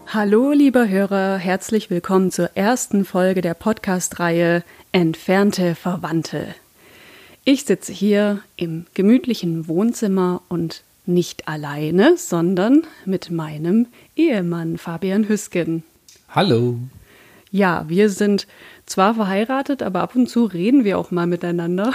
Hallo, lieber Hörer, herzlich willkommen zur ersten Folge der Podcast-Reihe Entfernte Verwandte. Ich sitze hier im gemütlichen Wohnzimmer und nicht alleine, sondern mit meinem Ehemann Fabian Hüsken. Hallo. Ja, wir sind zwar verheiratet, aber ab und zu reden wir auch mal miteinander.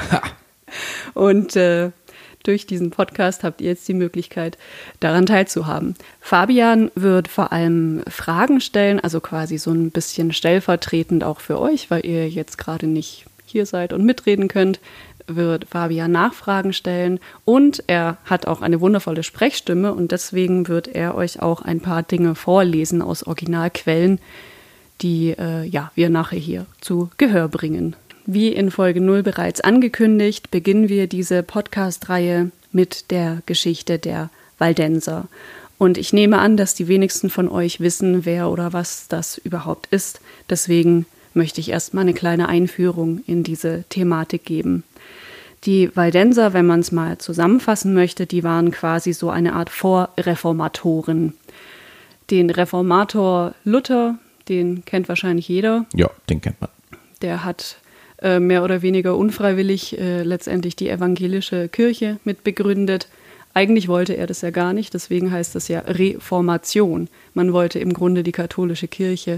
Und durch diesen Podcast habt ihr jetzt die Möglichkeit, daran teilzuhaben. Fabian wird vor allem Fragen stellen, also quasi so ein bisschen stellvertretend auch für euch, weil ihr jetzt gerade nicht hier seid und mitreden könnt, wird Fabian Nachfragen stellen. Und er hat auch eine wundervolle Sprechstimme und deswegen wird er euch auch ein paar Dinge vorlesen aus Originalquellen, die wir nachher hier zu Gehör bringen. Wie in Folge 0 bereits angekündigt, beginnen wir diese Podcast-Reihe mit der Geschichte der Waldenser. Und ich nehme an, dass die wenigsten von euch wissen, wer oder was das überhaupt ist. Deswegen möchte ich erstmal eine kleine Einführung in diese Thematik geben. Die Waldenser, wenn man es mal zusammenfassen möchte, die waren quasi so eine Art Vorreformatoren. Den Reformator Luther, den kennt wahrscheinlich jeder. Ja, den kennt man. Der hat mehr oder weniger unfreiwillig letztendlich die evangelische Kirche mit begründet. Eigentlich wollte er das ja gar nicht, deswegen heißt das ja Reformation. Man wollte im Grunde die katholische Kirche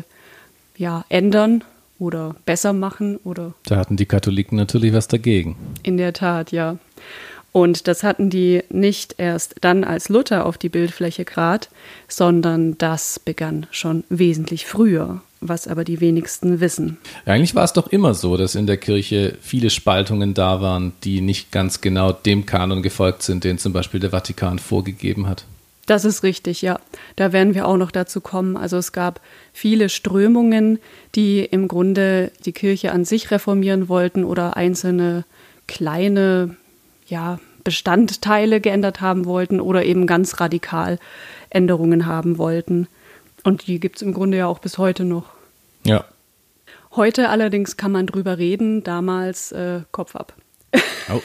ändern oder besser machen. Da hatten die Katholiken natürlich was dagegen. In der Tat, ja. Und das hatten die nicht erst dann, als Luther auf die Bildfläche trat, sondern das begann schon wesentlich früher, was aber die wenigsten wissen. Ja, eigentlich war es doch immer so, dass in der Kirche viele Spaltungen da waren, die nicht ganz genau dem Kanon gefolgt sind, den zum Beispiel der Vatikan vorgegeben hat. Das ist richtig, ja. Da werden wir auch noch dazu kommen. Also es gab viele Strömungen, die im Grunde die Kirche an sich reformieren wollten oder einzelne kleine Bestandteile geändert haben wollten oder eben ganz radikal Änderungen haben wollten. Und die gibt es im Grunde ja auch bis heute noch. Ja. Heute allerdings kann man drüber reden, damals Kopf ab. Oh.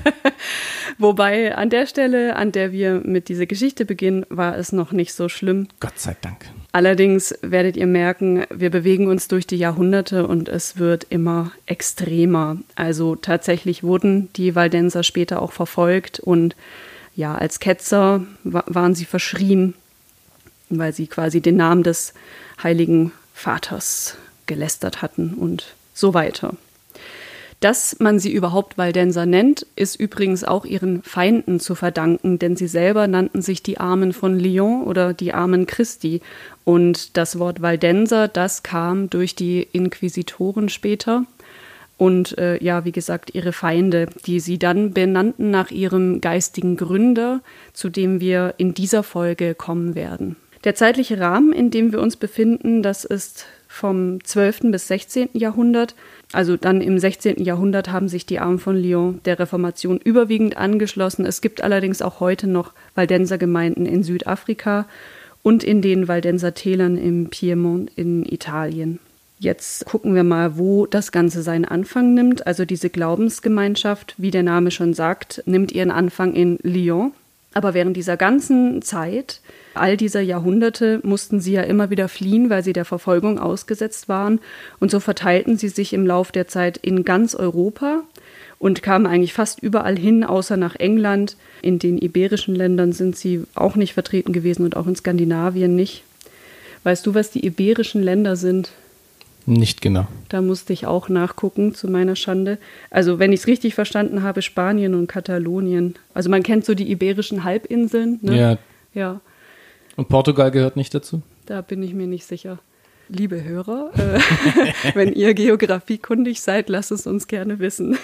Wobei an der Stelle, an der wir mit dieser Geschichte beginnen, war es noch nicht so schlimm. Gott sei Dank. Allerdings werdet ihr merken, wir bewegen uns durch die Jahrhunderte und es wird immer extremer. Also tatsächlich wurden die Waldenser später auch verfolgt und als Ketzer waren sie verschrien, weil sie quasi den Namen des Heiligen Vaters gelästert hatten und so weiter. Dass man sie überhaupt Waldenser nennt, ist übrigens auch ihren Feinden zu verdanken, denn sie selber nannten sich die Armen von Lyon oder die Armen Christi. Und das Wort Waldenser, das kam durch die Inquisitoren später und wie gesagt, ihre Feinde, die sie dann benannten nach ihrem geistigen Gründer, zu dem wir in dieser Folge kommen werden. Der zeitliche Rahmen, in dem wir uns befinden, das ist vom 12. bis 16. Jahrhundert. Also dann im 16. Jahrhundert haben sich die Armen von Lyon der Reformation überwiegend angeschlossen. Es gibt allerdings auch heute noch Waldensergemeinden in Südafrika und in den Waldenser Tälern im Piemont in Italien. Jetzt gucken wir mal, wo das Ganze seinen Anfang nimmt. Also diese Glaubensgemeinschaft, wie der Name schon sagt, nimmt ihren Anfang in Lyon. Aber während dieser ganzen Zeit, all dieser Jahrhunderte, mussten sie ja immer wieder fliehen, weil sie der Verfolgung ausgesetzt waren. Und so verteilten sie sich im Lauf der Zeit in ganz Europa und kamen eigentlich fast überall hin, außer nach England. In den iberischen Ländern sind sie auch nicht vertreten gewesen und auch in Skandinavien nicht. Weißt du, was die iberischen Länder sind? Nicht genau. Da musste ich auch nachgucken, zu meiner Schande. Also wenn ich es richtig verstanden habe, Spanien und Katalonien. Also man kennt so die iberischen Halbinseln. Ne? Ja. Und Portugal gehört nicht dazu? Da bin ich mir nicht sicher. Liebe Hörer, wenn ihr geografiekundig seid, lasst es uns gerne wissen.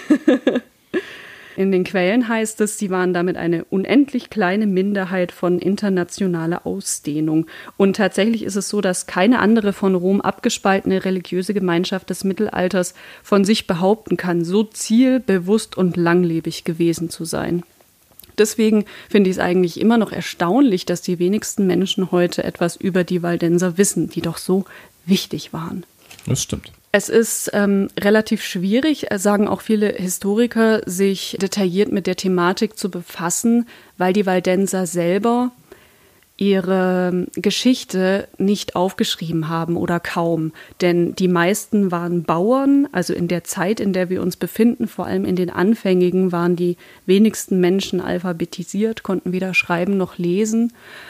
In den Quellen heißt es, sie waren damit eine unendlich kleine Minderheit von internationaler Ausdehnung. Und tatsächlich ist es so, dass keine andere von Rom abgespaltene religiöse Gemeinschaft des Mittelalters von sich behaupten kann, so zielbewusst und langlebig gewesen zu sein. Deswegen finde ich es eigentlich immer noch erstaunlich, dass die wenigsten Menschen heute etwas über die Waldenser wissen, die doch so wichtig waren. Das stimmt. Es ist relativ schwierig, sagen auch viele Historiker, sich detailliert mit der Thematik zu befassen, weil die Waldenser selber ihre Geschichte nicht aufgeschrieben haben oder kaum. Denn die meisten waren Bauern, also in der Zeit, in der wir uns befinden, vor allem in den Anfängigen, waren die wenigsten Menschen alphabetisiert, konnten weder schreiben noch lesen.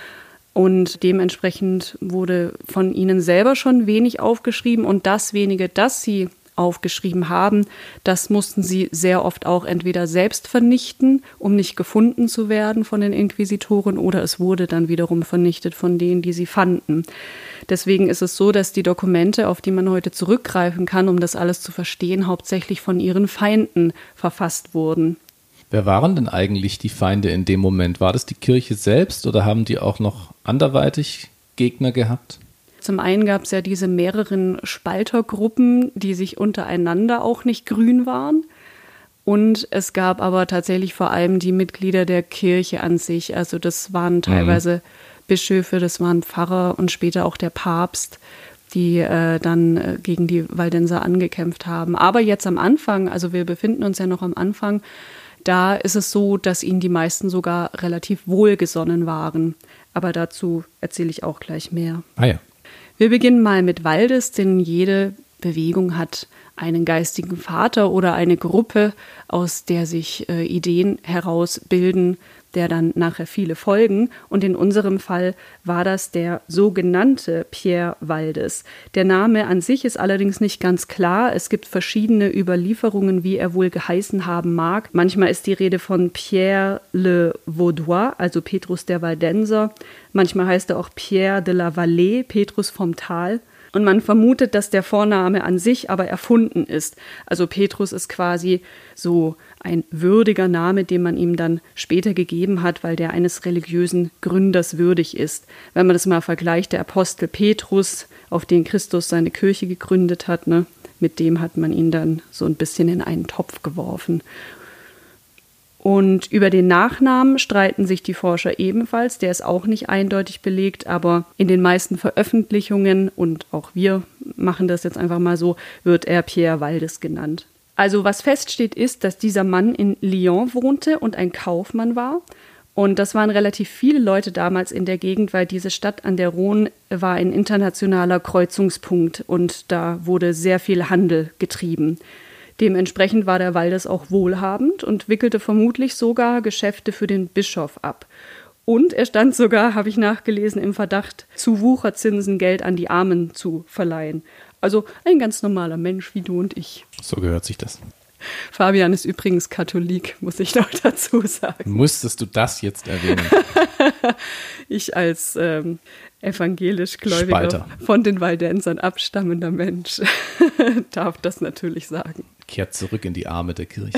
Und dementsprechend wurde von ihnen selber schon wenig aufgeschrieben. Und das wenige, das sie aufgeschrieben haben, das mussten sie sehr oft auch entweder selbst vernichten, um nicht gefunden zu werden von den Inquisitoren, oder es wurde dann wiederum vernichtet von denen, die sie fanden. Deswegen ist es so, dass die Dokumente, auf die man heute zurückgreifen kann, um das alles zu verstehen, hauptsächlich von ihren Feinden verfasst wurden. Wer waren denn eigentlich die Feinde in dem Moment? War das die Kirche selbst oder haben die auch noch anderweitig Gegner gehabt? Zum einen gab es ja diese mehreren Spaltergruppen, die sich untereinander auch nicht grün waren. Und es gab aber tatsächlich vor allem die Mitglieder der Kirche an sich. Also das waren teilweise Bischöfe, das waren Pfarrer und später auch der Papst, die dann gegen die Waldenser angekämpft haben. Aber jetzt am Anfang, also wir befinden uns ja noch am Anfang, da ist es so, dass ihnen die meisten sogar relativ wohlgesonnen waren. Aber dazu erzähle ich auch gleich mehr. Ah ja. Wir beginnen mal mit Valdes, denn jede Bewegung hat einen geistigen Vater oder eine Gruppe, aus der sich Ideen herausbilden, der dann nachher viele folgen. Und in unserem Fall war das der sogenannte Pierre Valdes. Der Name an sich ist allerdings nicht ganz klar. Es gibt verschiedene Überlieferungen, wie er wohl geheißen haben mag. Manchmal ist die Rede von Pierre le Vaudois, also Petrus der Waldenser. Manchmal heißt er auch Pierre de la Vallée, Petrus vom Tal. Und man vermutet, dass der Vorname an sich aber erfunden ist. Also Petrus ist quasi so ein würdiger Name, den man ihm dann später gegeben hat, weil der eines religiösen Gründers würdig ist. Wenn man das mal vergleicht, der Apostel Petrus, auf den Christus seine Kirche gegründet hat, ne, mit dem hat man ihn dann so ein bisschen in einen Topf geworfen. Und über den Nachnamen streiten sich die Forscher ebenfalls. Der ist auch nicht eindeutig belegt, aber in den meisten Veröffentlichungen, und auch wir machen das jetzt einfach mal so, wird er Pierre Valdes genannt. Also was feststeht ist, dass dieser Mann in Lyon wohnte und ein Kaufmann war. Und das waren relativ viele Leute damals in der Gegend, weil diese Stadt an der Rhone war ein internationaler Kreuzungspunkt und da wurde sehr viel Handel getrieben. Dementsprechend war der Valdes auch wohlhabend und wickelte vermutlich sogar Geschäfte für den Bischof ab. Und er stand sogar, habe ich nachgelesen, im Verdacht, zu Wucherzinsen Geld an die Armen zu verleihen. Also ein ganz normaler Mensch wie du und ich. So gehört sich das. Fabian ist übrigens Katholik, muss ich noch dazu sagen. Musstest du das jetzt erwähnen? Ich als evangelisch-gläubiger, von den Waldensern abstammender Mensch darf das natürlich sagen. Kehrt zurück in die Arme der Kirche.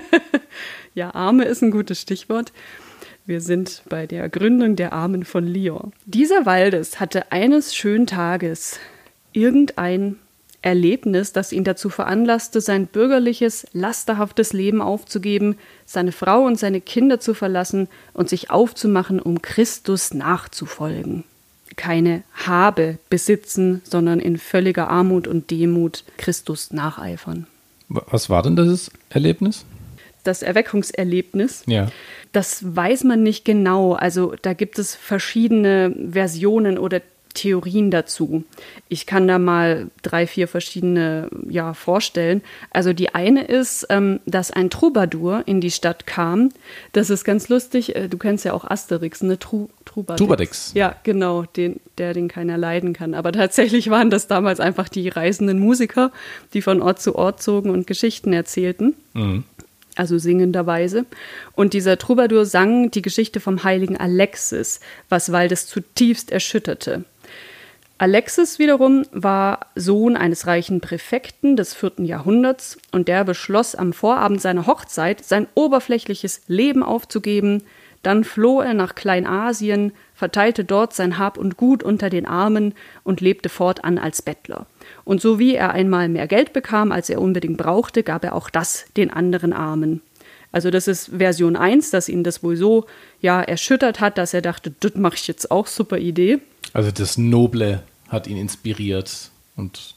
Ja, Arme ist ein gutes Stichwort. Wir sind bei der Gründung der Armen von Lyon. Dieser Valdes hatte eines schönen Tages irgendein Erlebnis, das ihn dazu veranlasste, sein bürgerliches, lasterhaftes Leben aufzugeben, seine Frau und seine Kinder zu verlassen und sich aufzumachen, um Christus nachzufolgen. Keine Habe besitzen, sondern in völliger Armut und Demut Christus nacheifern. Was war denn das Erlebnis? Das Erweckungserlebnis, ja. Das weiß man nicht genau. Also da gibt es verschiedene Versionen oder Theorien dazu. Ich kann da mal 3, 4 verschiedene vorstellen. Also die eine ist, dass ein Troubadour in die Stadt kam. Das ist ganz lustig. Du kennst ja auch Asterix, ne? Trubadix. Ja, genau, den keiner leiden kann. Aber tatsächlich waren das damals einfach die reisenden Musiker, die von Ort zu Ort zogen und Geschichten erzählten. Mhm. Also singenderweise. Und dieser Troubadour sang die Geschichte vom heiligen Alexis, was Valdes zutiefst erschütterte. Alexis wiederum war Sohn eines reichen Präfekten des 4. Jahrhunderts und der beschloss am Vorabend seiner Hochzeit, sein oberflächliches Leben aufzugeben. Dann floh er nach Kleinasien, verteilte dort sein Hab und Gut unter den Armen und lebte fortan als Bettler. Und so wie er einmal mehr Geld bekam, als er unbedingt brauchte, gab er auch das den anderen Armen. Also das ist Version 1, dass ihn das wohl so erschüttert hat, dass er dachte, das mache ich jetzt auch, super Idee. Also das Noble hat ihn inspiriert und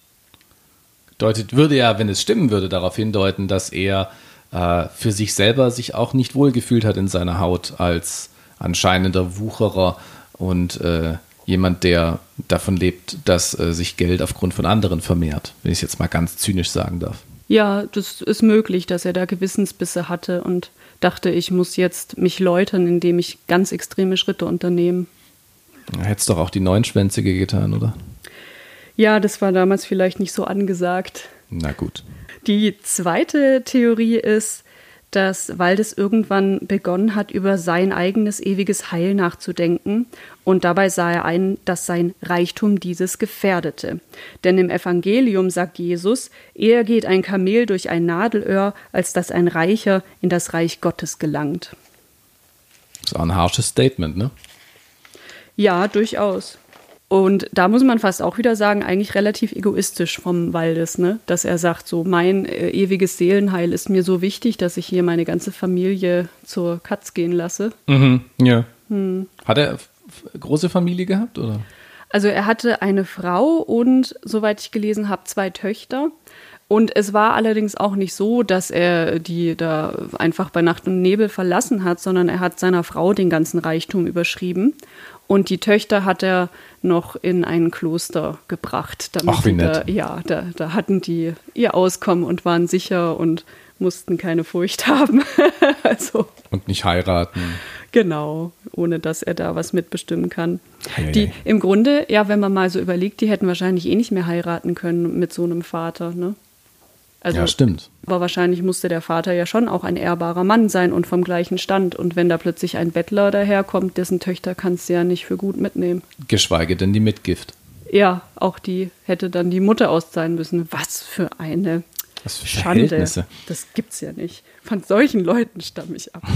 würde ja, wenn es stimmen würde, darauf hindeuten, dass er für sich selber sich auch nicht wohlgefühlt hat in seiner Haut als anscheinender Wucherer und jemand, der davon lebt, dass sich Geld aufgrund von anderen vermehrt, wenn ich es jetzt mal ganz zynisch sagen darf. Ja, das ist möglich, dass er da Gewissensbisse hatte und dachte, ich muss jetzt mich läutern, indem ich ganz extreme Schritte unternehme. Hätt's doch auch die Neunschwänzige getan, oder? Ja, das war damals vielleicht nicht so angesagt. Na gut. Die zweite Theorie ist, dass Valdez irgendwann begonnen hat, über sein eigenes ewiges Heil nachzudenken. Und dabei sah er ein, dass sein Reichtum dieses gefährdete. Denn im Evangelium sagt Jesus, eher geht ein Kamel durch ein Nadelöhr, als dass ein Reicher in das Reich Gottes gelangt. Das ist auch ein harsches Statement, ne? Ja, durchaus. Und da muss man fast auch wieder sagen, eigentlich relativ egoistisch vom Valdez, ne? Dass er sagt, so mein ewiges Seelenheil ist mir so wichtig, dass ich hier meine ganze Familie zur Katz gehen lasse. Mhm, ja. Hat er große Familie gehabt, oder? Also er hatte eine Frau und, soweit ich gelesen habe, 2 Töchter. Und es war allerdings auch nicht so, dass er die da einfach bei Nacht und Nebel verlassen hat, sondern er hat seiner Frau den ganzen Reichtum überschrieben. Und die Töchter hat er noch in ein Kloster gebracht. Damit ach, wie nett. Da hatten die ihr Auskommen und waren sicher und mussten keine Furcht haben. Also, und nicht heiraten. Genau, ohne dass er da was mitbestimmen kann. Die im Grunde, ja, wenn man mal so überlegt, die hätten wahrscheinlich eh nicht mehr heiraten können mit so einem Vater, ne? Also, ja, stimmt. Aber wahrscheinlich musste der Vater ja schon auch ein ehrbarer Mann sein und vom gleichen Stand. Und wenn da plötzlich ein Bettler daherkommt, dessen Töchter kannst du ja nicht für gut mitnehmen. Geschweige denn die Mitgift. Ja, auch die hätte dann die Mutter auszahlen müssen. Was für eine Schande. Das gibt's ja nicht. Von solchen Leuten stamme ich ab.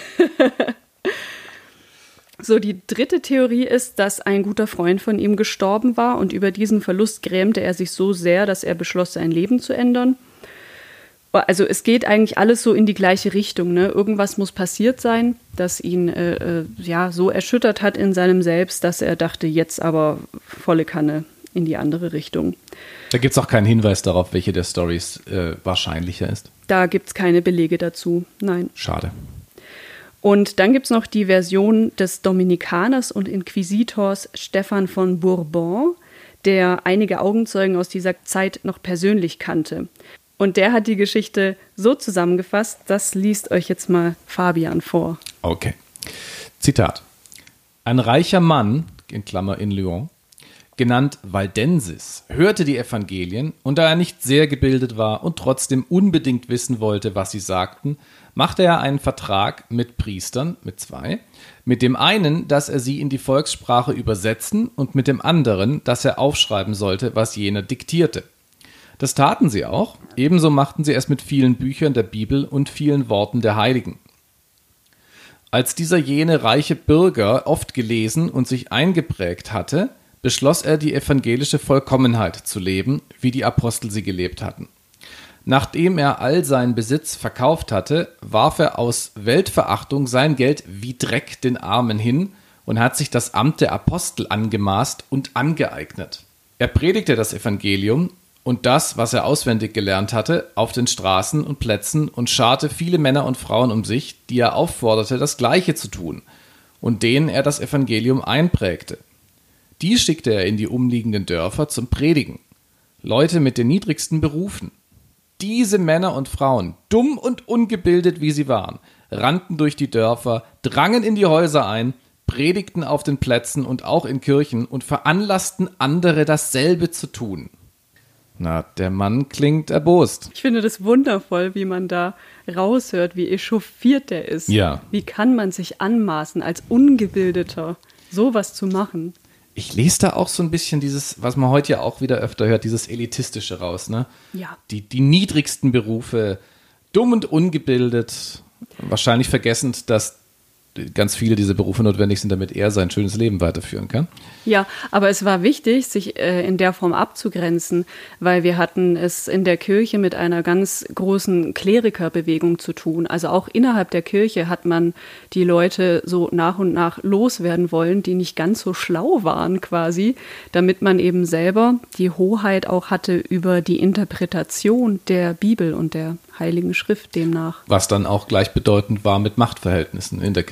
So, die dritte Theorie ist, dass ein guter Freund von ihm gestorben war und über diesen Verlust grämte er sich so sehr, dass er beschloss, sein Leben zu ändern. Also es geht eigentlich alles so in die gleiche Richtung, ne? Irgendwas muss passiert sein, das ihn so erschüttert hat in seinem Selbst, dass er dachte, jetzt aber volle Kanne in die andere Richtung. Da gibt es auch keinen Hinweis darauf, welche der Storys wahrscheinlicher ist. Da gibt es keine Belege dazu, nein. Schade. Und dann gibt es noch die Version des Dominikaners und Inquisitors Stephan von Bourbon, der einige Augenzeugen aus dieser Zeit noch persönlich kannte. Und der hat die Geschichte so zusammengefasst, das liest euch jetzt mal Fabian vor. Okay. Zitat. Ein reicher Mann, in Klammer in Lyon, genannt Valdensis, hörte die Evangelien und da er nicht sehr gebildet war und trotzdem unbedingt wissen wollte, was sie sagten, machte er einen Vertrag mit Priestern, mit 2, mit dem einen, dass er sie in die Volkssprache übersetzen und mit dem anderen, dass er aufschreiben sollte, was jener diktierte. Das taten sie auch, ebenso machten sie es mit vielen Büchern der Bibel und vielen Worten der Heiligen. Als dieser jene reiche Bürger oft gelesen und sich eingeprägt hatte, beschloss er, die evangelische Vollkommenheit zu leben, wie die Apostel sie gelebt hatten. Nachdem er all seinen Besitz verkauft hatte, warf er aus Weltverachtung sein Geld wie Dreck den Armen hin und hat sich das Amt der Apostel angemaßt und angeeignet. Er predigte das Evangelium und das, was er auswendig gelernt hatte, auf den Straßen und Plätzen und scharte viele Männer und Frauen um sich, die er aufforderte, das Gleiche zu tun und denen er das Evangelium einprägte. Die schickte er in die umliegenden Dörfer zum Predigen. Leute mit den niedrigsten Berufen. Diese Männer und Frauen, dumm und ungebildet wie sie waren, rannten durch die Dörfer, drangen in die Häuser ein, predigten auf den Plätzen und auch in Kirchen und veranlassten andere dasselbe zu tun. Na, der Mann klingt erbost. Ich finde das wundervoll, wie man da raushört, wie echauffiert der ist. Ja. Wie kann man sich anmaßen, als Ungebildeter sowas zu machen? Ich lese da auch so ein bisschen dieses, was man heute ja auch wieder öfter hört, dieses Elitistische raus, ne? Ja. Die niedrigsten Berufe, dumm und ungebildet, wahrscheinlich vergessend, dass ganz viele dieser Berufe notwendig sind, damit er sein schönes Leben weiterführen kann. Ja, aber es war wichtig, sich in der Form abzugrenzen, weil wir hatten es in der Kirche mit einer ganz großen Klerikerbewegung zu tun. Also auch innerhalb der Kirche hat man die Leute so nach und nach loswerden wollen, die nicht ganz so schlau waren quasi, damit man eben selber die Hoheit auch hatte über die Interpretation der Bibel und der Heiligen Schrift demnach. Was dann auch gleichbedeutend war mit Machtverhältnissen in der Kirche.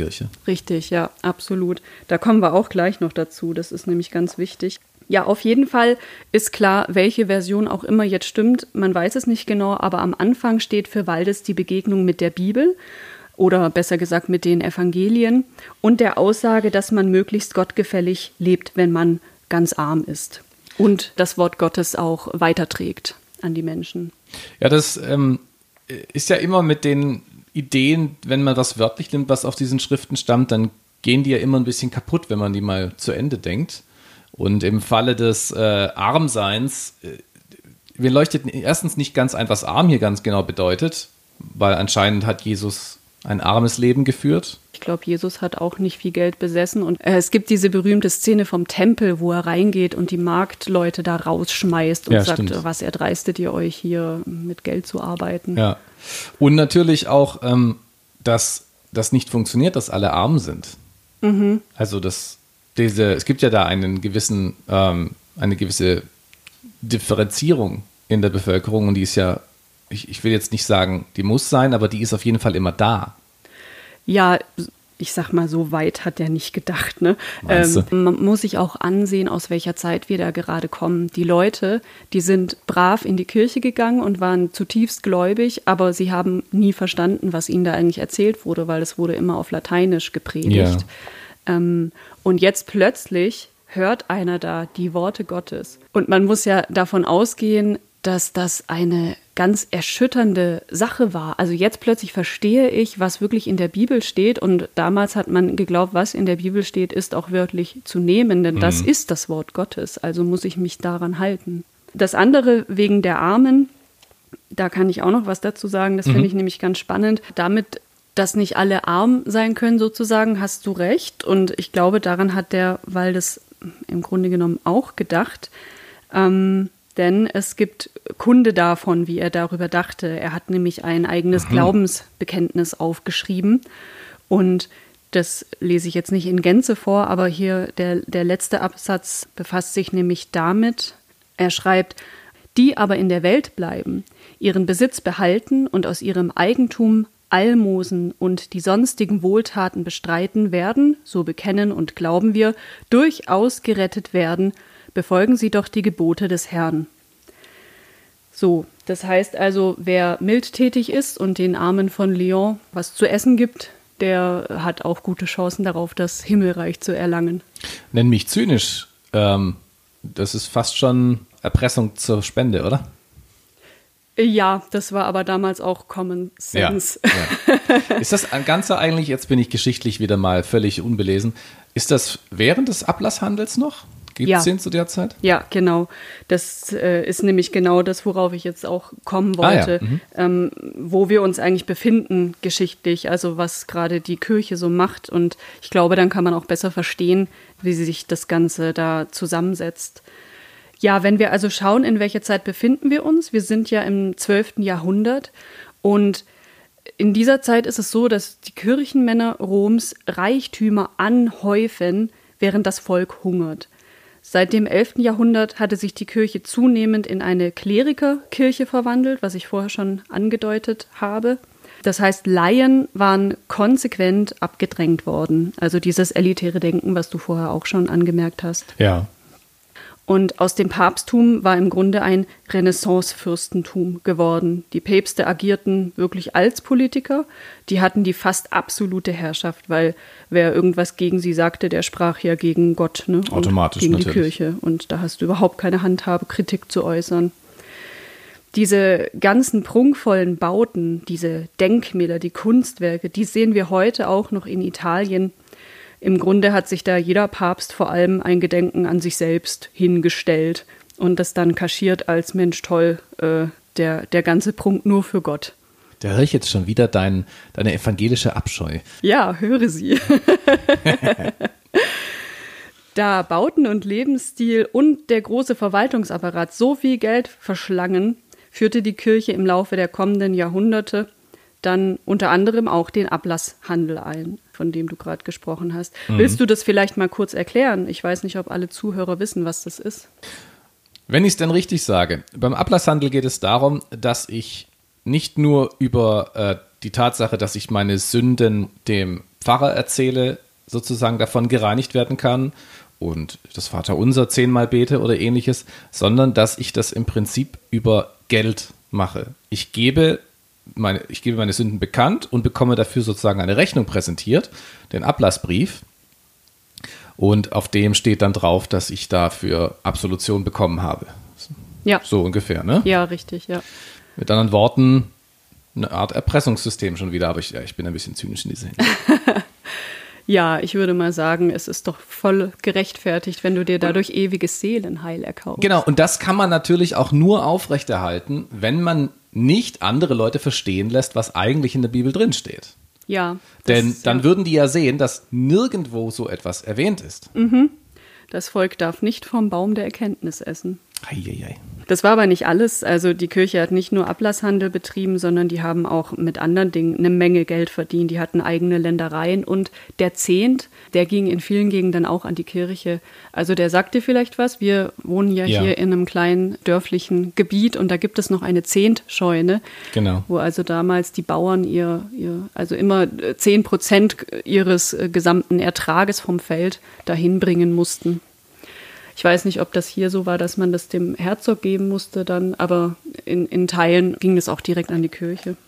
Kirche. Richtig, ja, absolut. Da kommen wir auch gleich noch dazu. Das ist nämlich ganz wichtig. Ja, auf jeden Fall ist klar, welche Version auch immer jetzt stimmt. Man weiß es nicht genau, aber am Anfang steht für Waldes die Begegnung mit der Bibel oder besser gesagt mit den Evangelien und der Aussage, dass man möglichst gottgefällig lebt, wenn man ganz arm ist und das Wort Gottes auch weiterträgt an die Menschen. Ja, das ist ja immer mit den Ideen, wenn man das wörtlich nimmt, was auf diesen Schriften stammt, dann gehen die ja immer ein bisschen kaputt, wenn man die mal zu Ende denkt. Und im Falle des Armseins, mir leuchtet erstens nicht ganz ein, was arm hier ganz genau bedeutet, weil anscheinend hat Jesus ein armes Leben geführt. Ich glaube, Jesus hat auch nicht viel Geld besessen. Und es gibt diese berühmte Szene vom Tempel, wo er reingeht und die Marktleute da rausschmeißt und sagt, stimmt. Was erdreistet ihr euch hier mit Geld zu arbeiten? Ja. Und natürlich auch, dass das nicht funktioniert, dass alle arm sind. Mhm. Also es gibt ja da eine gewisse Differenzierung in der Bevölkerung und die ist ja, ich will jetzt nicht sagen, die muss sein, aber die ist auf jeden Fall immer da. Ja, ich sag mal, so weit hat der nicht gedacht. Ne? Man muss sich auch ansehen, aus welcher Zeit wir da gerade kommen. Die Leute, die sind brav in die Kirche gegangen und waren zutiefst gläubig, aber sie haben nie verstanden, was ihnen da eigentlich erzählt wurde, weil es wurde immer auf Lateinisch gepredigt. Ja. Und jetzt plötzlich hört einer da die Worte Gottes. Und man muss ja davon ausgehen, dass das eine ganz erschütternde Sache war. Also jetzt plötzlich verstehe ich, was wirklich in der Bibel steht. Und damals hat man geglaubt, was in der Bibel steht, ist auch wörtlich zu nehmen, denn das ist das Wort Gottes. Also muss ich mich daran halten. Das andere wegen der Armen, da kann ich auch noch was dazu sagen. Das finde ich nämlich ganz spannend. Damit, dass nicht alle arm sein können sozusagen, hast du recht. Und ich glaube, daran hat der Waldes im Grunde genommen auch gedacht. Denn es gibt Kunde davon, wie er darüber dachte. Er hat nämlich ein eigenes Glaubensbekenntnis aufgeschrieben. Und das lese ich jetzt nicht in Gänze vor, aber hier der letzte Absatz befasst sich nämlich damit. Er schreibt, die aber in der Welt bleiben, ihren Besitz behalten und aus ihrem Eigentum Almosen und die sonstigen Wohltaten bestreiten werden, so bekennen und glauben wir, durchaus gerettet werden, befolgen sie doch die Gebote des Herrn. So, das heißt also, wer mildtätig ist und den Armen von Lyon was zu essen gibt, der hat auch gute Chancen darauf, das Himmelreich zu erlangen. Nenn mich zynisch. Das ist fast schon Erpressung zur Spende, oder? Ja, das war aber damals auch Common Sense. Ja. Ist das ein Ganzer eigentlich, jetzt bin ich geschichtlich wieder mal völlig unbelesen, ist das während des Ablasshandels noch? Gibt es den zu der Zeit? Ja, genau. Das ist nämlich genau das, worauf ich jetzt auch kommen wollte, wo wir uns eigentlich befinden geschichtlich, also was gerade die Kirche so macht. Und ich glaube, dann kann man auch besser verstehen, wie sich das Ganze da zusammensetzt. Ja, wenn wir also schauen, in welcher Zeit befinden wir uns, wir sind ja im 12. Jahrhundert und in dieser Zeit ist es so, dass die Kirchenmänner Roms Reichtümer anhäufen, während das Volk hungert. Seit dem 11. Jahrhundert hatte sich die Kirche zunehmend in eine Klerikerkirche verwandelt, was ich vorher schon angedeutet habe. Das heißt, Laien waren konsequent abgedrängt worden. Also dieses elitäre Denken, was du vorher auch schon angemerkt hast. Ja. Und aus dem Papsttum war im Grunde ein Renaissance-Fürstentum geworden. Die Päpste agierten wirklich als Politiker. Die hatten die fast absolute Herrschaft, weil wer irgendwas gegen sie sagte, der sprach ja gegen Gott, ne? Automatisch, und gegen natürlich. Die Kirche. Und da hast du überhaupt keine Handhabe, Kritik zu äußern. Diese ganzen prunkvollen Bauten, diese Denkmäler, die Kunstwerke, die sehen wir heute auch noch in Italien. Im Grunde hat sich da jeder Papst vor allem ein Gedenken an sich selbst hingestellt und das dann kaschiert als Mensch toll, der ganze Prunk nur für Gott. Da höre ich jetzt schon wieder deine evangelische Abscheu. Ja, höre sie. Da Bauten und Lebensstil und der große Verwaltungsapparat so viel Geld verschlangen, führte die Kirche im Laufe der kommenden Jahrhunderte dann unter anderem auch den Ablasshandel ein, von dem du gerade gesprochen hast. Willst du das vielleicht mal kurz erklären? Ich weiß nicht, ob alle Zuhörer wissen, was das ist. Wenn ich es denn richtig sage, beim Ablasshandel geht es darum, dass ich nicht nur über die Tatsache, dass ich meine Sünden dem Pfarrer erzähle, sozusagen davon gereinigt werden kann und das Vaterunser 10-mal bete oder ähnliches, sondern dass ich das im Prinzip über Geld mache. Ich gebe meine Sünden bekannt und bekomme dafür sozusagen eine Rechnung präsentiert, den Ablassbrief. Und auf dem steht dann drauf, dass ich dafür Absolution bekommen habe. Ja. So ungefähr, ne? Ja, richtig, ja. Mit anderen Worten, eine Art Erpressungssystem schon wieder, aber ich bin ein bisschen zynisch in dieser Hinsicht. Ja, ich würde mal sagen, es ist doch voll gerechtfertigt, wenn du dir dadurch ewiges Seelenheil erkaufst. Genau, und das kann man natürlich auch nur aufrechterhalten, wenn man nicht andere Leute verstehen lässt, was eigentlich in der Bibel drinsteht. Ja. Denn dann würden die ja sehen, dass nirgendwo so etwas erwähnt ist. Das Volk darf nicht vom Baum der Erkenntnis essen. Eieiei. Das war aber nicht alles. Also die Kirche hat nicht nur Ablasshandel betrieben, sondern die haben auch mit anderen Dingen eine Menge Geld verdient. Die hatten eigene Ländereien und der Zehnt, der ging in vielen Gegenden auch an die Kirche. Also der sagt dir vielleicht was. Wir wohnen ja hier in einem kleinen dörflichen Gebiet und da gibt es noch eine Zehntscheune, Genau. wo also damals die Bauern also immer 10% ihres gesamten Ertrages vom Feld dahin bringen mussten. Ich weiß nicht, ob das hier so war, dass man das dem Herzog geben musste dann, aber in Teilen ging das auch direkt an die Kirche.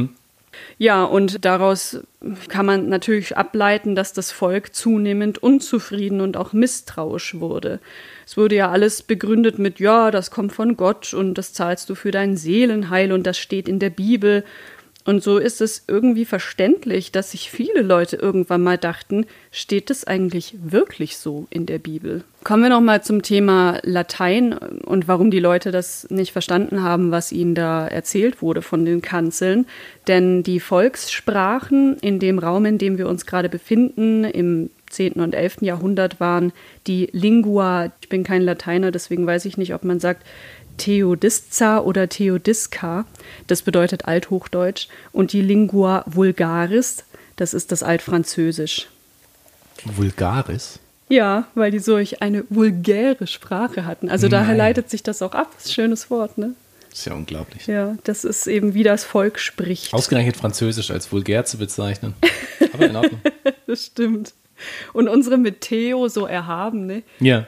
Ja, und daraus kann man natürlich ableiten, dass das Volk zunehmend unzufrieden und auch misstrauisch wurde. Es wurde ja alles begründet mit, ja, das kommt von Gott und das zahlst du für dein Seelenheil und das steht in der Bibel. Und so ist es irgendwie verständlich, dass sich viele Leute irgendwann mal dachten, steht das eigentlich wirklich so in der Bibel? Kommen wir noch mal zum Thema Latein und warum die Leute das nicht verstanden haben, was ihnen da erzählt wurde von den Kanzeln. Denn die Volkssprachen in dem Raum, in dem wir uns gerade befinden, im 10. und 11. Jahrhundert waren die Lingua, ich bin kein Lateiner, deswegen weiß ich nicht, ob man sagt, Theodisca oder Theodisca, das bedeutet Althochdeutsch, und die Lingua Vulgaris, das ist das Altfranzösisch. Vulgaris? Ja, weil die solch eine vulgäre Sprache hatten. Also daher leitet sich das auch ab. Das ist ein schönes Wort, ne? Das ist ja unglaublich. Ja, das ist eben, wie das Volk spricht. Ausgerechnet Französisch als vulgär zu bezeichnen. Aber in Ordnung. Das stimmt. Und unsere mit Theo so erhaben, ne? Ja.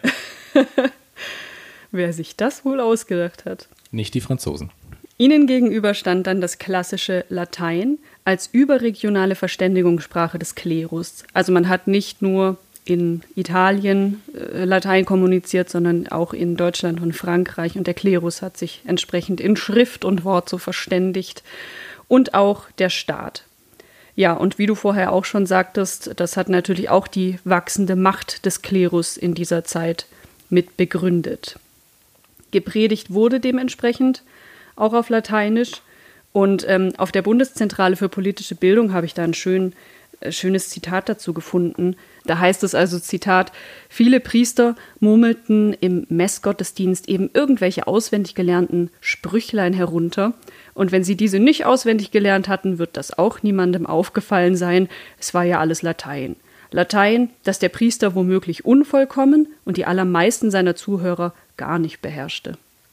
Wer sich das wohl ausgedacht hat. Nicht die Franzosen. Ihnen gegenüber stand dann das klassische Latein als überregionale Verständigungssprache des Klerus. Also man hat nicht nur in Italien Latein kommuniziert, sondern auch in Deutschland und Frankreich. Und der Klerus hat sich entsprechend in Schrift und Wort so verständigt. Und auch der Staat. Ja, und wie du vorher auch schon sagtest, das hat natürlich auch die wachsende Macht des Klerus in dieser Zeit mit begründet. Gepredigt wurde dementsprechend auch auf Lateinisch. Und auf der Bundeszentrale für politische Bildung habe ich da ein schönes Zitat dazu gefunden. Da heißt es also, Zitat, viele Priester murmelten im Messgottesdienst eben irgendwelche auswendig gelernten Sprüchlein herunter. Und wenn sie diese nicht auswendig gelernt hatten, wird das auch niemandem aufgefallen sein. Es war ja alles Latein. Latein, das der Priester womöglich unvollkommen und die allermeisten seiner Zuhörer gar nicht beherrschte.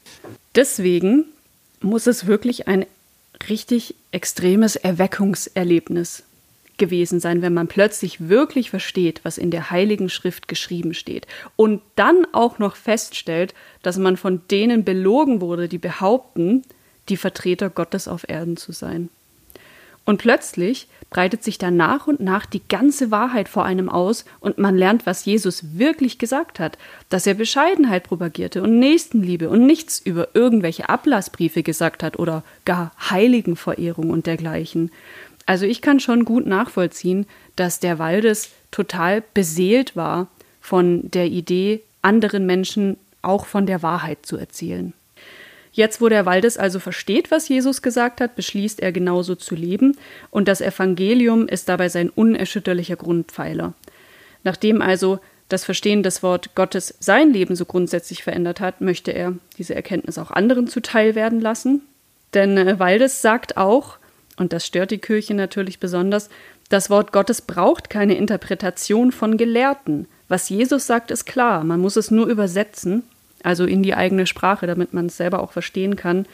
Deswegen muss es wirklich ein richtig extremes Erweckungserlebnis gewesen sein, wenn man plötzlich wirklich versteht, was in der Heiligen Schrift geschrieben steht und dann auch noch feststellt, dass man von denen belogen wurde, die behaupten, die Vertreter Gottes auf Erden zu sein. Und plötzlich breitet sich dann nach und nach die ganze Wahrheit vor einem aus und man lernt, was Jesus wirklich gesagt hat, dass er Bescheidenheit propagierte und Nächstenliebe und nichts über irgendwelche Ablassbriefe gesagt hat oder gar Heiligenverehrung und dergleichen. Also ich kann schon gut nachvollziehen, dass der Waldes total beseelt war von der Idee, anderen Menschen auch von der Wahrheit zu erzählen. Jetzt, wo der Waldes also versteht, was Jesus gesagt hat, beschließt er genauso zu leben und das Evangelium ist dabei sein unerschütterlicher Grundpfeiler. Nachdem also das Verstehen des Wort Gottes sein Leben so grundsätzlich verändert hat, möchte er diese Erkenntnis auch anderen zuteil werden lassen. Denn Waldes sagt auch, und das stört die Kirche natürlich besonders, das Wort Gottes braucht keine Interpretation von Gelehrten. Was Jesus sagt, ist klar, man muss es nur übersetzen, also in die eigene Sprache, damit man es selber auch verstehen kann.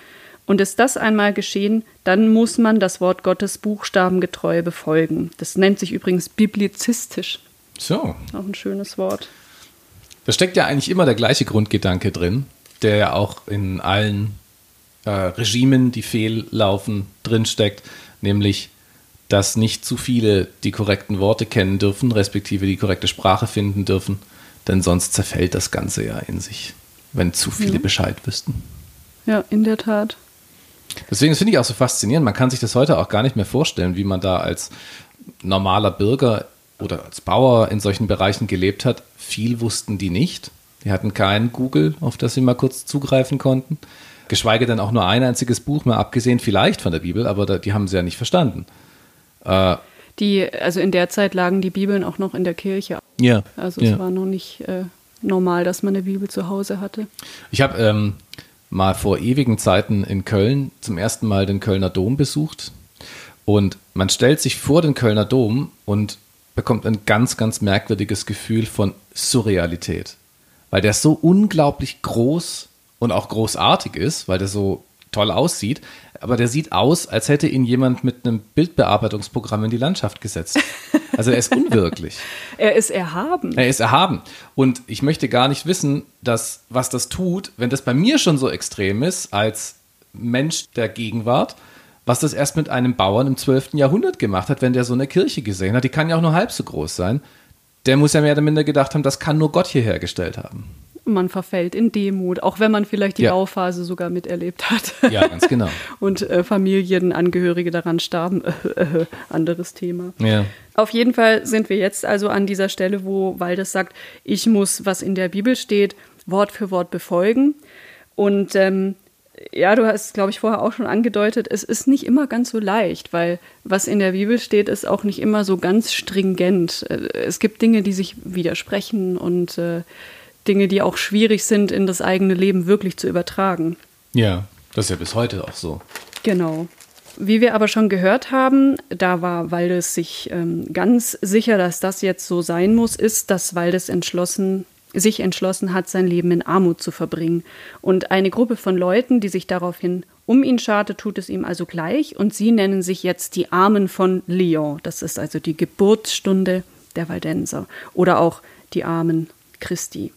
Und ist das einmal geschehen, dann muss man das Wort Gottes buchstabengetreu befolgen. Das nennt sich übrigens biblizistisch. So. Auch ein schönes Wort. Da steckt ja eigentlich immer der gleiche Grundgedanke drin, der ja auch in allen Regimen, die fehllaufen, drinsteckt, nämlich, dass nicht zu viele die korrekten Worte kennen dürfen, respektive die korrekte Sprache finden dürfen, denn sonst zerfällt das Ganze ja in sich, wenn zu viele Bescheid wüssten. Ja, in der Tat. Deswegen finde ich auch so faszinierend, man kann sich das heute auch gar nicht mehr vorstellen, wie man da als normaler Bürger oder als Bauer in solchen Bereichen gelebt hat. Viel wussten die nicht. Die hatten kein Google, auf das sie mal kurz zugreifen konnten. Geschweige denn auch nur ein einziges Buch, mal abgesehen vielleicht von der Bibel, aber die haben sie ja nicht verstanden. Also in der Zeit lagen die Bibeln auch noch in der Kirche. Ja. Also es war noch nicht normal, dass man eine Bibel zu Hause hatte. Ich habe mal vor ewigen Zeiten in Köln zum ersten Mal den Kölner Dom besucht. Und man stellt sich vor den Kölner Dom und bekommt ein ganz, ganz merkwürdiges Gefühl von Surrealität. Weil der so unglaublich groß und auch großartig ist, weil der so toll aussieht. Aber der sieht aus, als hätte ihn jemand mit einem Bildbearbeitungsprogramm in die Landschaft gesetzt. Also er ist unwirklich. Er ist erhaben. Er ist erhaben. Und ich möchte gar nicht wissen, was das tut, wenn das bei mir schon so extrem ist, als Mensch der Gegenwart, was das erst mit einem Bauern im 12. Jahrhundert gemacht hat, wenn der so eine Kirche gesehen hat. Die kann ja auch nur halb so groß sein. Der muss ja mehr oder minder gedacht haben, das kann nur Gott hier hergestellt haben. Man verfällt in Demut, auch wenn man vielleicht die Bauphase sogar miterlebt hat. Ja, ganz genau. Und Familienangehörige daran starben. Anderes Thema. Ja. Auf jeden Fall sind wir jetzt also an dieser Stelle, wo Waldes sagt, ich muss, was in der Bibel steht, Wort für Wort befolgen. Und du hast, glaube ich, vorher auch schon angedeutet, es ist nicht immer ganz so leicht, weil was in der Bibel steht, ist auch nicht immer so ganz stringent. Es gibt Dinge, die sich widersprechen und Dinge, die auch schwierig sind, in das eigene Leben wirklich zu übertragen. Ja, das ist ja bis heute auch so. Genau. Wie wir aber schon gehört haben, da war Waldes sich ganz sicher, dass das jetzt so sein muss, ist, dass Waldes sich entschlossen hat, sein Leben in Armut zu verbringen. Und eine Gruppe von Leuten, die sich daraufhin um ihn scharte, tut es ihm also gleich. Und sie nennen sich jetzt die Armen von Lyon. Das ist also die Geburtsstunde der Waldenser. Oder auch die Armen Christi.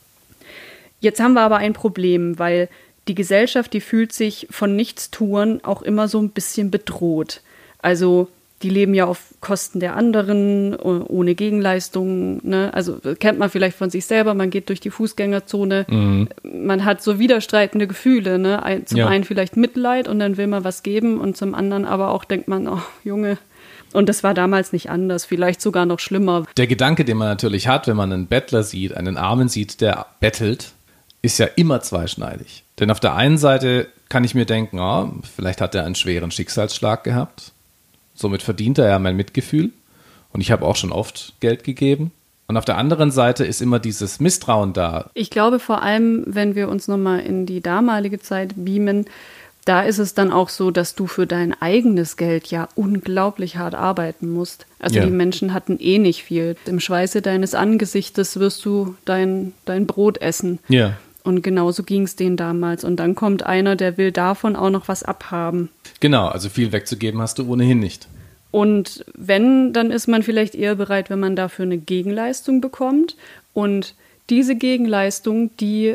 Jetzt haben wir aber ein Problem, weil die Gesellschaft, die fühlt sich von Nichtstun auch immer so ein bisschen bedroht. Also die leben ja auf Kosten der anderen, ohne Gegenleistung. Ne? Also kennt man vielleicht von sich selber, man geht durch die Fußgängerzone, man hat so widerstreitende Gefühle. Ne? Zum einen vielleicht Mitleid und dann will man was geben und zum anderen aber auch denkt man, oh Junge. Und das war damals nicht anders, vielleicht sogar noch schlimmer. Der Gedanke, den man natürlich hat, wenn man einen Bettler sieht, einen Armen sieht, der bettelt, ist ja immer zweischneidig. Denn auf der einen Seite kann ich mir denken, vielleicht hat er einen schweren Schicksalsschlag gehabt. Somit verdient er ja mein Mitgefühl. Und ich habe auch schon oft Geld gegeben. Und auf der anderen Seite ist immer dieses Misstrauen da. Ich glaube vor allem, wenn wir uns nochmal in die damalige Zeit beamen, da ist es dann auch so, dass du für dein eigenes Geld ja unglaublich hart arbeiten musst. Also die Menschen hatten eh nicht viel. Im Schweiße deines Angesichtes wirst du dein Brot essen. Ja. Und genauso ging es denen damals. Und dann kommt einer, der will davon auch noch was abhaben. Genau, also viel wegzugeben hast du ohnehin nicht. Und wenn, dann ist man vielleicht eher bereit, wenn man dafür eine Gegenleistung bekommt. Und diese Gegenleistung, die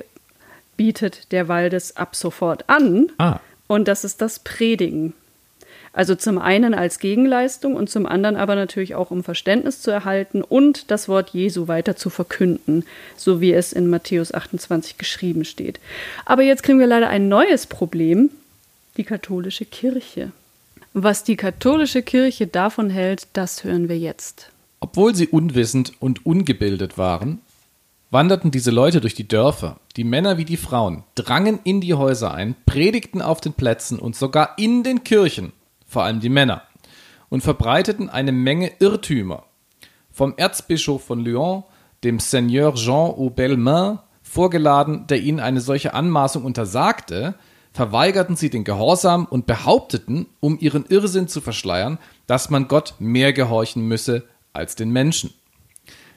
bietet der Waldes ab sofort an. Und das ist das Predigen. Also zum einen als Gegenleistung und zum anderen aber natürlich auch, um Verständnis zu erhalten und das Wort Jesu weiter zu verkünden, so wie es in Matthäus 28 geschrieben steht. Aber jetzt kriegen wir leider ein neues Problem, die katholische Kirche. Was die katholische Kirche davon hält, das hören wir jetzt. Obwohl sie unwissend und ungebildet waren, wanderten diese Leute durch die Dörfer, die Männer wie die Frauen, drangen in die Häuser ein, predigten auf den Plätzen und sogar in den Kirchen, vor allem die Männer, und verbreiteten eine Menge Irrtümer. Vom Erzbischof von Lyon, dem Seigneur Jean aux Belles-Mains, vorgeladen, der ihnen eine solche Anmaßung untersagte, verweigerten sie den Gehorsam und behaupteten, um ihren Irrsinn zu verschleiern, dass man Gott mehr gehorchen müsse als den Menschen.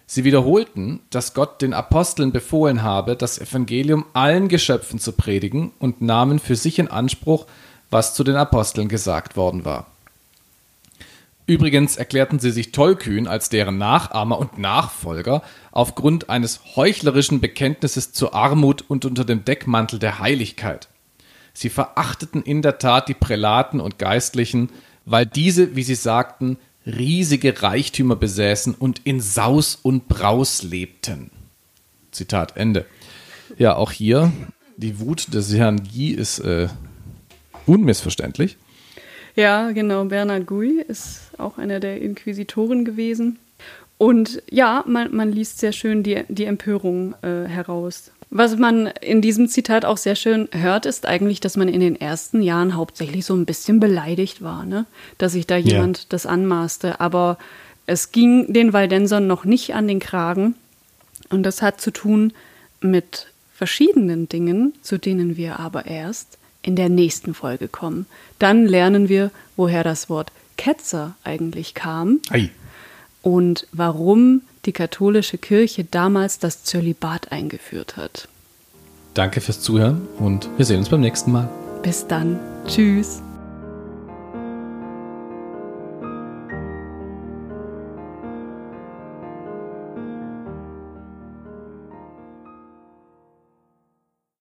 Sie wiederholten, dass Gott den Aposteln befohlen habe, das Evangelium allen Geschöpfen zu predigen und nahmen für sich in Anspruch, was zu den Aposteln gesagt worden war. Übrigens erklärten sie sich tollkühn als deren Nachahmer und Nachfolger aufgrund eines heuchlerischen Bekenntnisses zur Armut und unter dem Deckmantel der Heiligkeit. Sie verachteten in der Tat die Prälaten und Geistlichen, weil diese, wie sie sagten, riesige Reichtümer besäßen und in Saus und Braus lebten. Zitat Ende. Ja, auch hier, die Wut des Herrn Guy ist unmissverständlich. Ja, genau. Bernhard Guy ist auch einer der Inquisitoren gewesen. Und ja, man liest sehr schön die Empörung heraus. Was man in diesem Zitat auch sehr schön hört, ist eigentlich, dass man in den ersten Jahren hauptsächlich so ein bisschen beleidigt war, ne? Dass sich da jemand das anmaßte. Aber es ging den Waldensern noch nicht an den Kragen. Und das hat zu tun mit verschiedenen Dingen, zu denen wir aber erst in der nächsten Folge kommen. Dann lernen wir, woher das Wort Ketzer eigentlich kam. Ei. Und warum die katholische Kirche damals das Zölibat eingeführt hat. Danke fürs Zuhören und wir sehen uns beim nächsten Mal. Bis dann. Tschüss.